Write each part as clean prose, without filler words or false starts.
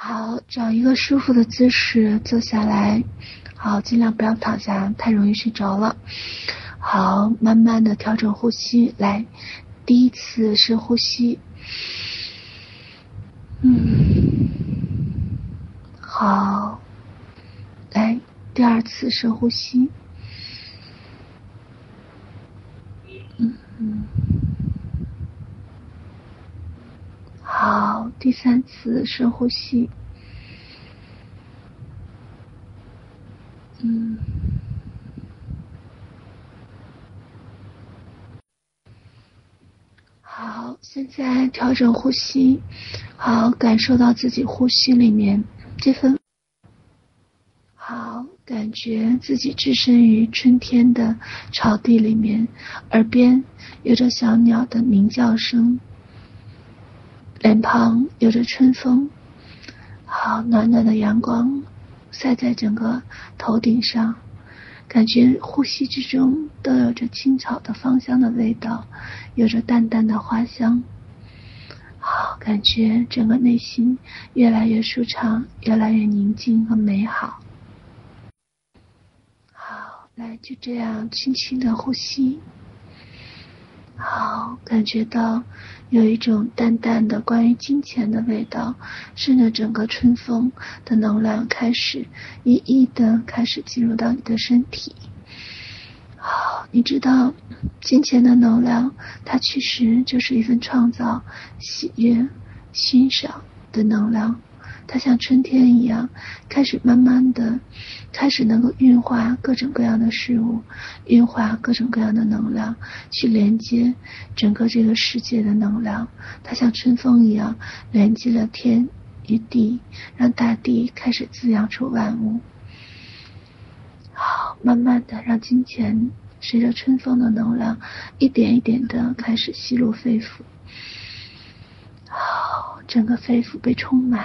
好，找一个舒服的姿势坐下来。好，尽量不要躺下，太容易睡着了。好，慢慢的调整呼吸。来，第一次深呼吸。好，来，第二次深呼吸。好，第三次深呼吸。好，现在调整呼吸。好，感受到自己呼吸里面这份好，感觉自己置身于春天的草地里面，耳边有着小鸟的鸣叫声，脸庞有着春风。好，暖暖的阳光晒在整个头顶上，感觉呼吸之中都有着青草的芳香的味道，有着淡淡的花香。好，感觉整个内心越来越舒畅，越来越宁静和美好。好，来，就这样轻轻的呼吸。好，感觉到有一种淡淡的关于金钱的味道，顺着整个春风的能量开始一一的开始进入到你的身体。好，你知道金钱的能量它其实就是一份创造、喜悦、欣赏的能量，它像春天一样开始慢慢的开始能够运化各种各样的事物，运化各种各样的能量，去连接整个这个世界的能量。它像春风一样连接了天与地，让大地开始滋养出万物。好，慢慢的让金钱随着春风的能量一点一点的开始吸入肺腑。好，整个肺腑被充满，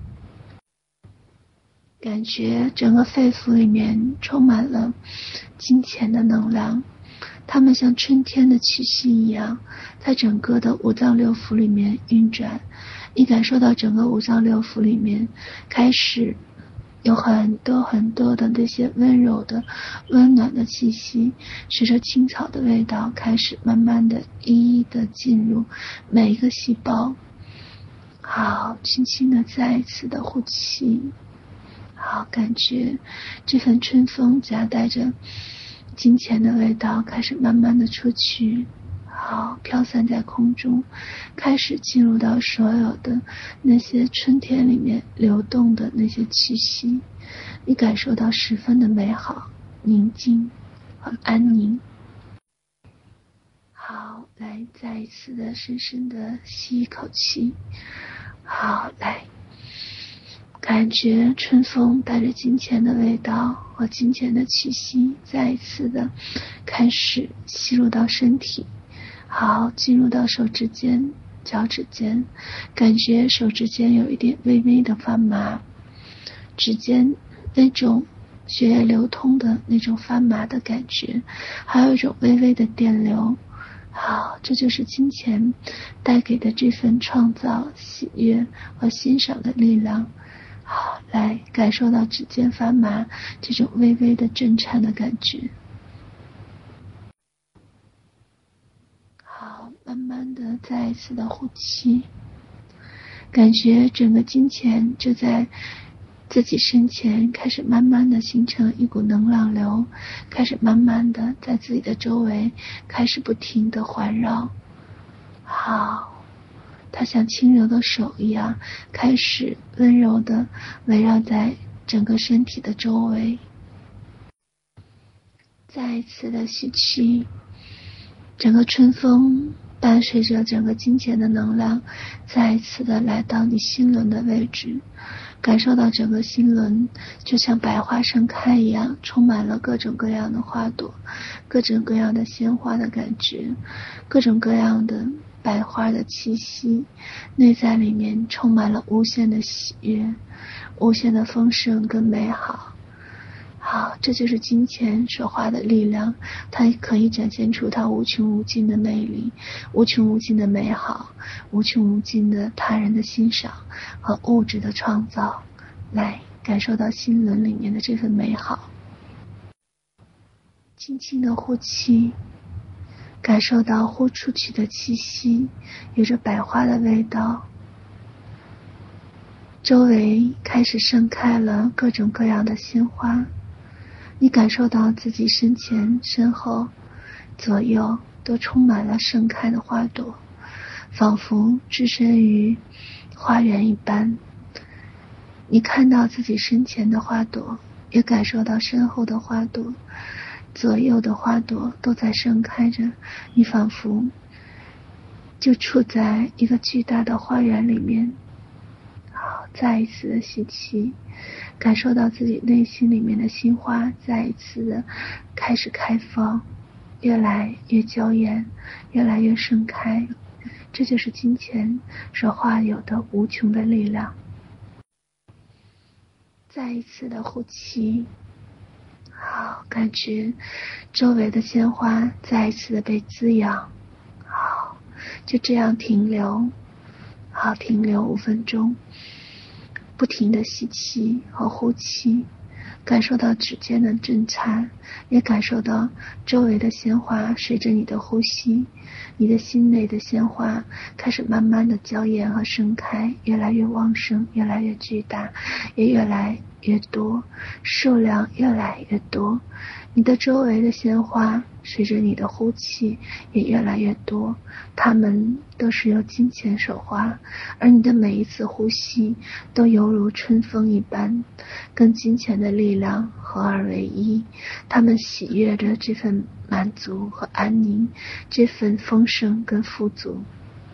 感觉整个肺腑里面充满了金钱的能量，它们像春天的气息一样，在整个的五脏六腑里面运转。你感受到整个五脏六腑里面开始有很多很多的那些温柔的温暖的气息，随着青草的味道开始慢慢的一一的进入每一个细胞。好，轻轻的再一次的呼气。好，感觉这份春风夹带着金钱的味道开始慢慢的出去。好，飘散在空中，开始进入到所有的那些春天里面流动的那些气息，你感受到十分的美好、宁静和安宁。好，来再一次的深深的吸一口气。好，来感觉春风带着金钱的味道和金钱的气息再一次的开始吸入到身体。好，进入到手指尖、脚趾尖，感觉手指尖有一点微微的发麻，指尖那种血液流通的那种发麻的感觉，还有一种微微的电流。好，这就是金钱带给的这份创造、喜悦和欣赏的力量。好，来感受到指尖发麻这种微微的震颤的感觉。好，慢慢的再一次的呼气，感觉整个金钱就在自己身前开始慢慢的形成一股能量流，开始慢慢的在自己的周围开始不停的环绕。好，它像轻柔的手一样开始温柔的围绕在整个身体的周围。再一次的吸气，整个春风伴随着整个金钱的能量再一次的来到你心轮的位置，感受到整个心轮就像百花盛开一样，充满了各种各样的花朵，各种各样的鲜花的感觉，各种各样的百花的气息，内在里面充满了无限的喜悦，无限的丰盛跟美好。 好，这就是金钱所化的力量，它可以展现出它无穷无尽的魅力，无穷无尽的美好，无穷无尽的他人的欣赏和物质的创造，来感受到心轮里面的这份美好。轻轻的呼气，感受到呼出去的气息有着百花的味道，周围开始盛开了各种各样的鲜花，你感受到自己身前身后左右都充满了盛开的花朵，仿佛置身于花园一般。你看到自己身前的花朵，也感受到身后的花朵，左右的花朵都在盛开着，你仿佛就处在一个巨大的花园里面。好，再一次的吸气，感受到自己内心里面的心花再一次的开始开放，越来越娇艳，越来越盛开。这就是金钱所化有的无穷的力量。再一次的呼气，好，感觉周围的鲜花再一次的被滋养。好，就这样停留，好，停留5分钟，不停的吸气和呼气，感受到指尖的震颤，也感受到周围的鲜花随着你的呼吸，你的心内的鲜花开始慢慢的娇艳和盛开，越来越旺盛，越来越巨大，也越来越多，数量越来越多。你的周围的鲜花随着你的呼气也越来越多，它们都是由金钱所化，而你的每一次呼吸都犹如春风一般，跟金钱的力量合二为一，它们喜悦着这份满足和安宁，这份丰盛跟富足。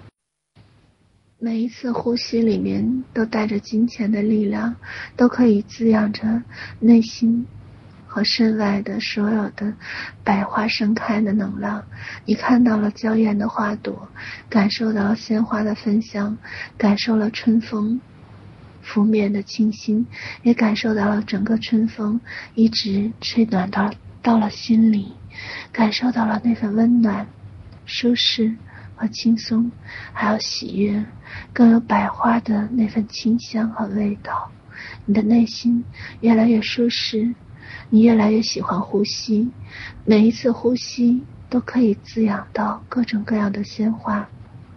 每一次呼吸里面都带着金钱的力量，都可以滋养着内心和身外的所有的百花盛开的能量。你看到了娇艳的花朵，感受到了鲜花的芬香，感受了春风拂面的清新，也感受到了整个春风一直吹暖到了心里，感受到了那份温暖、舒适和轻松，还有喜悦，更有百花的那份清香和味道。你的内心越来越舒适，你越来越喜欢呼吸，每一次呼吸都可以滋养到各种各样的鲜花。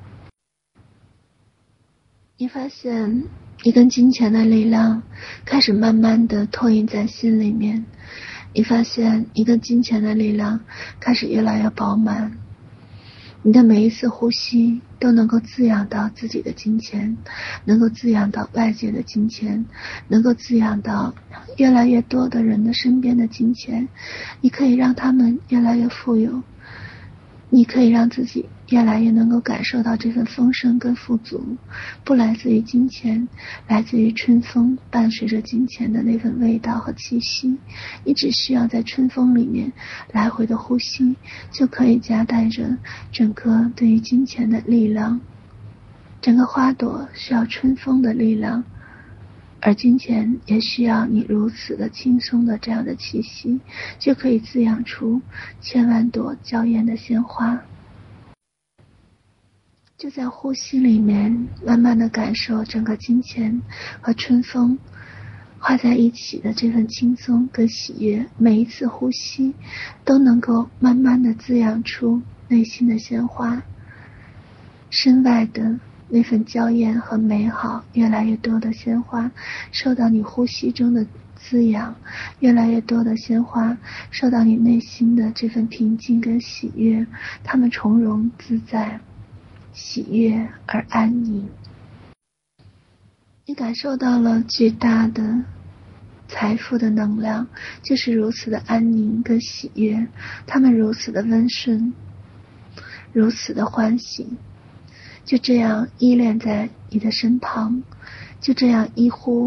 你发现一根金钱的力量开始慢慢的投影在心里面，你发现一根金钱的力量开始越来越饱满，你的每一次呼吸都能够滋养到自己的金钱，能够滋养到外界的金钱，能够滋养到越来越多的人的身边的金钱。你可以让他们越来越富有，你可以让自己越来越能够感受到这份丰盛跟富足，不来自于金钱，来自于春风伴随着金钱的那份味道和气息。你只需要在春风里面来回的呼吸，就可以夹带着整个对于金钱的力量。整个花朵需要春风的力量，而金钱也需要你如此的轻松的这样的气息，就可以滋养出千万朵娇艳的鲜花。就在呼吸里面慢慢的感受整个金钱和春风化在一起的这份轻松跟喜悦，每一次呼吸都能够慢慢的滋养出内心的鲜花，身外的那份娇艳和美好，越来越多的鲜花受到你呼吸中的滋养，越来越多的鲜花受到你内心的这份平静跟喜悦，它们从容自在，喜悦而安宁。你感受到了巨大的财富的能量，就是如此的安宁跟喜悦，它们如此的温顺，如此的欢喜，就这样依恋在你的身旁，就这样一呼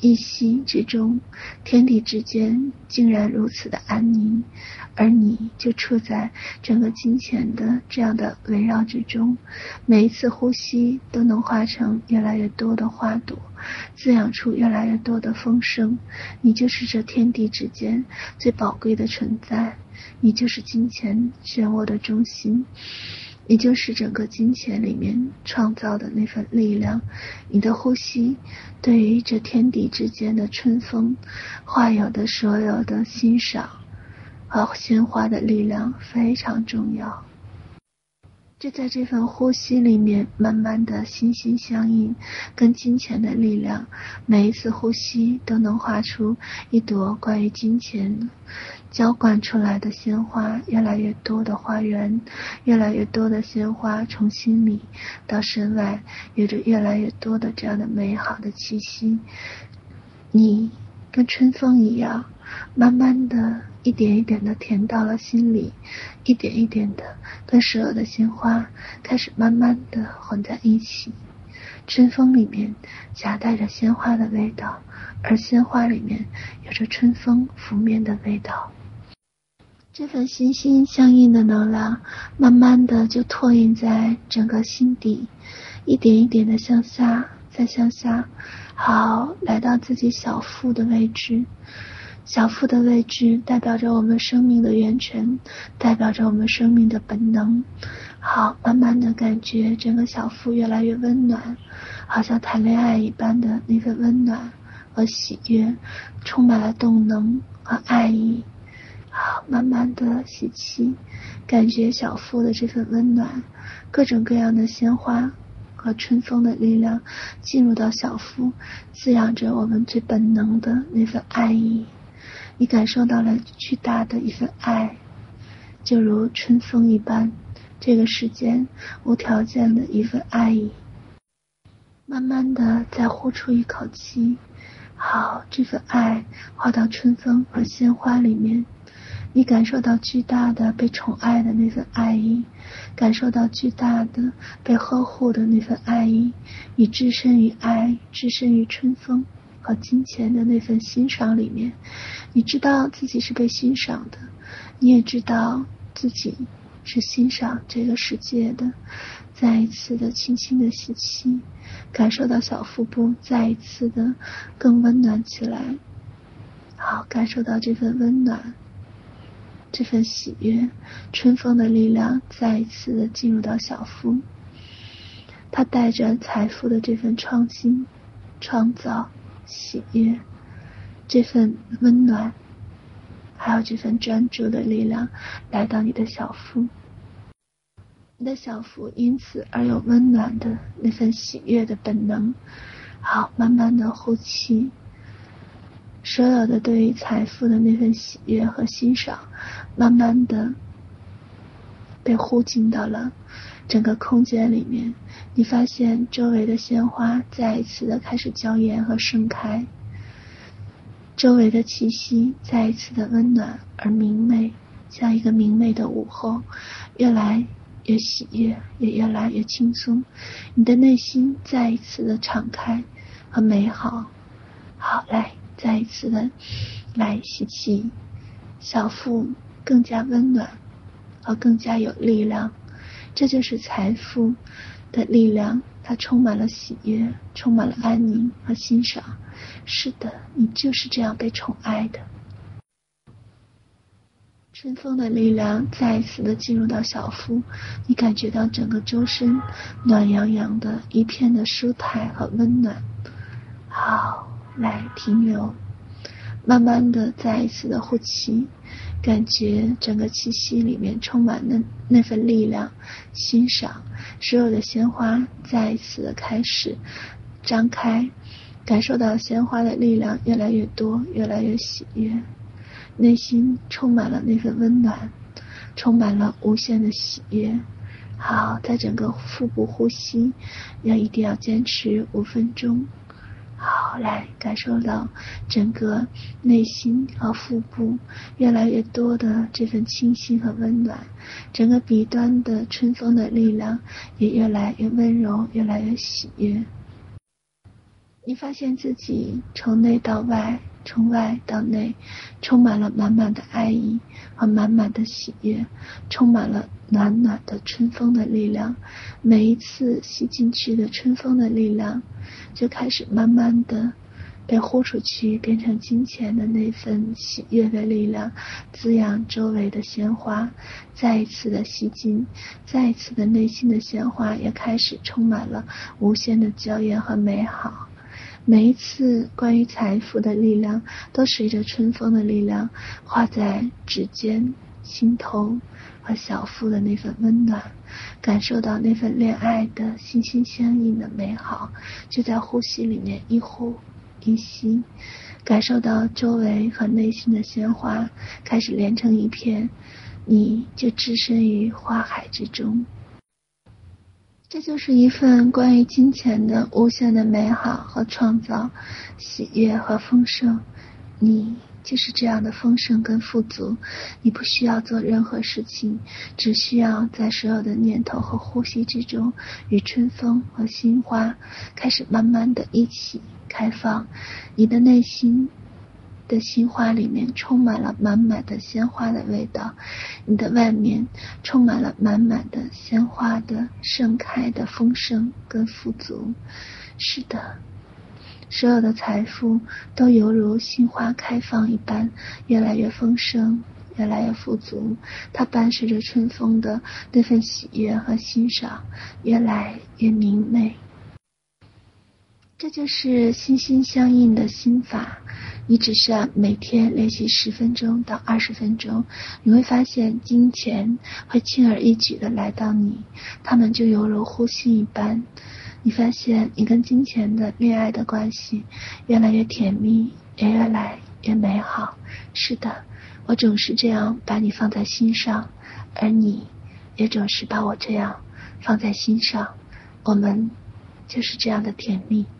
一息之中，天地之间竟然如此的安宁，而你就处在整个金钱的这样的围绕之中，每一次呼吸都能化成越来越多的花朵，滋养出越来越多的丰盛。你就是这天地之间最宝贵的存在，你就是金钱漩涡的中心，你就是整个金钱里面创造的那份力量。你的呼吸对于这天地之间的春风化有的所有的欣赏和鲜花的力量非常重要。就在这份呼吸里面慢慢的心心相印，跟金钱的力量，每一次呼吸都能画出一朵关于金钱浇灌出来的鲜花，越来越多的花园，越来越多的鲜花从心里到身外，有着越来越多的这样的美好的气息。你跟春风一样，慢慢的一点一点的填到了心里，一点一点的跟所有的鲜花开始慢慢的混在一起。春风里面夹带着鲜花的味道，而鲜花里面有着春风拂面的味道。这份心心相印的能量慢慢的就拓印在整个心底，一点一点的向下，再向下，好，来到自己小腹的位置。小腹的位置代表着我们生命的源泉，代表着我们生命的本能。好，慢慢的感觉整个小腹越来越温暖，好像谈恋爱一般的那份温暖和喜悦，充满了动能和爱意。好，慢慢的吸气，感觉小腹的这份温暖，各种各样的鲜花和春风的力量进入到小腹，滋养着我们最本能的那份爱意。你感受到了巨大的一份爱，就如春风一般，这个世间无条件的一份爱意。慢慢的再呼出一口气，好，这份爱化到春风和鲜花里面，你感受到巨大的被宠爱的那份爱意，感受到巨大的被呵护的那份爱意，你置身于爱，置身于春风和金钱的那份欣赏里面。你知道自己是被欣赏的，你也知道自己是欣赏这个世界的。再一次的轻轻的吸气，感受到小腹部再一次的更温暖起来。好，感受到这份温暖，这份喜悦，春风的力量再一次的进入到小腹，它带着财富的这份创新、创造、喜悦，这份温暖，还有这份专注的力量来到你的小腹。你的小腹因此而有温暖的那份喜悦的本能。好，慢慢的呼气，所有的对于财富的那份喜悦和欣赏慢慢的被呼进到了整个空间里面。你发现周围的鲜花再一次的开始娇艳和盛开，周围的气息再一次的温暖而明媚，像一个明媚的午后，越来越喜悦，也越来越轻松。你的内心再一次的敞开和美好。好，来再一次的来吸气，小腹更加温暖和更加有力量。这就是财富的力量，它充满了喜悦，充满了安宁和欣赏。是的，你就是这样被宠爱的。春风的力量再一次的进入到小腹，你感觉到整个周身暖洋洋的，一片的舒泰和温暖。好，来停留，慢慢的再一次的呼气，感觉整个气息里面充满了那份力量，欣赏所有的鲜花再一次的开始张开，感受到鲜花的力量越来越多，越来越喜悦，内心充满了那份温暖，充满了无限的喜悦。好，在整个腹部呼吸一定要坚持5分钟。好，来感受到整个内心和腹部越来越多的这份清新和温暖，整个鼻端的春风的力量也越来越温柔，越来越喜悦。 你发现自己从内到外，从外到内，充满了满满的爱意和满满的喜悦，充满了暖暖的春风的力量。每一次吸进去的春风的力量，就开始慢慢的被呼出去，变成金钱的那份喜悦的力量，滋养周围的鲜花。再一次的吸进，再一次的内心的鲜花也开始充满了无限的娇艳和美好。每一次关于财富的力量，都随着春风的力量化在指尖、心头和小腹的那份温暖，感受到那份恋爱的心心相印的美好，就在呼吸里面一呼一吸，感受到周围和内心的鲜花开始连成一片，你就置身于花海之中。这就是一份关于金钱的无限的美好和创造，喜悦和丰盛。你就是这样的丰盛跟富足，你不需要做任何事情，只需要在所有的念头和呼吸之中，与春风和心花开始慢慢的一起开放。你的内心的心花里面充满了满满的鲜花的味道，你的外面充满了满满的鲜花的盛开的丰盛跟富足。是的，所有的财富都犹如心花开放一般，越来越丰盛，越来越富足。它伴随着春风的那份喜悦和欣赏，越来越明媚。这就是心心相印的心法。你只需要每天练习10分钟到20分钟，你会发现金钱会轻而易举的来到你，它们就犹如呼吸一般。你发现你跟金钱的恋爱的关系越来越甜蜜，也越来越美好。是的，我总是这样把你放在心上，而你也总是把我这样放在心上，我们就是这样的甜蜜。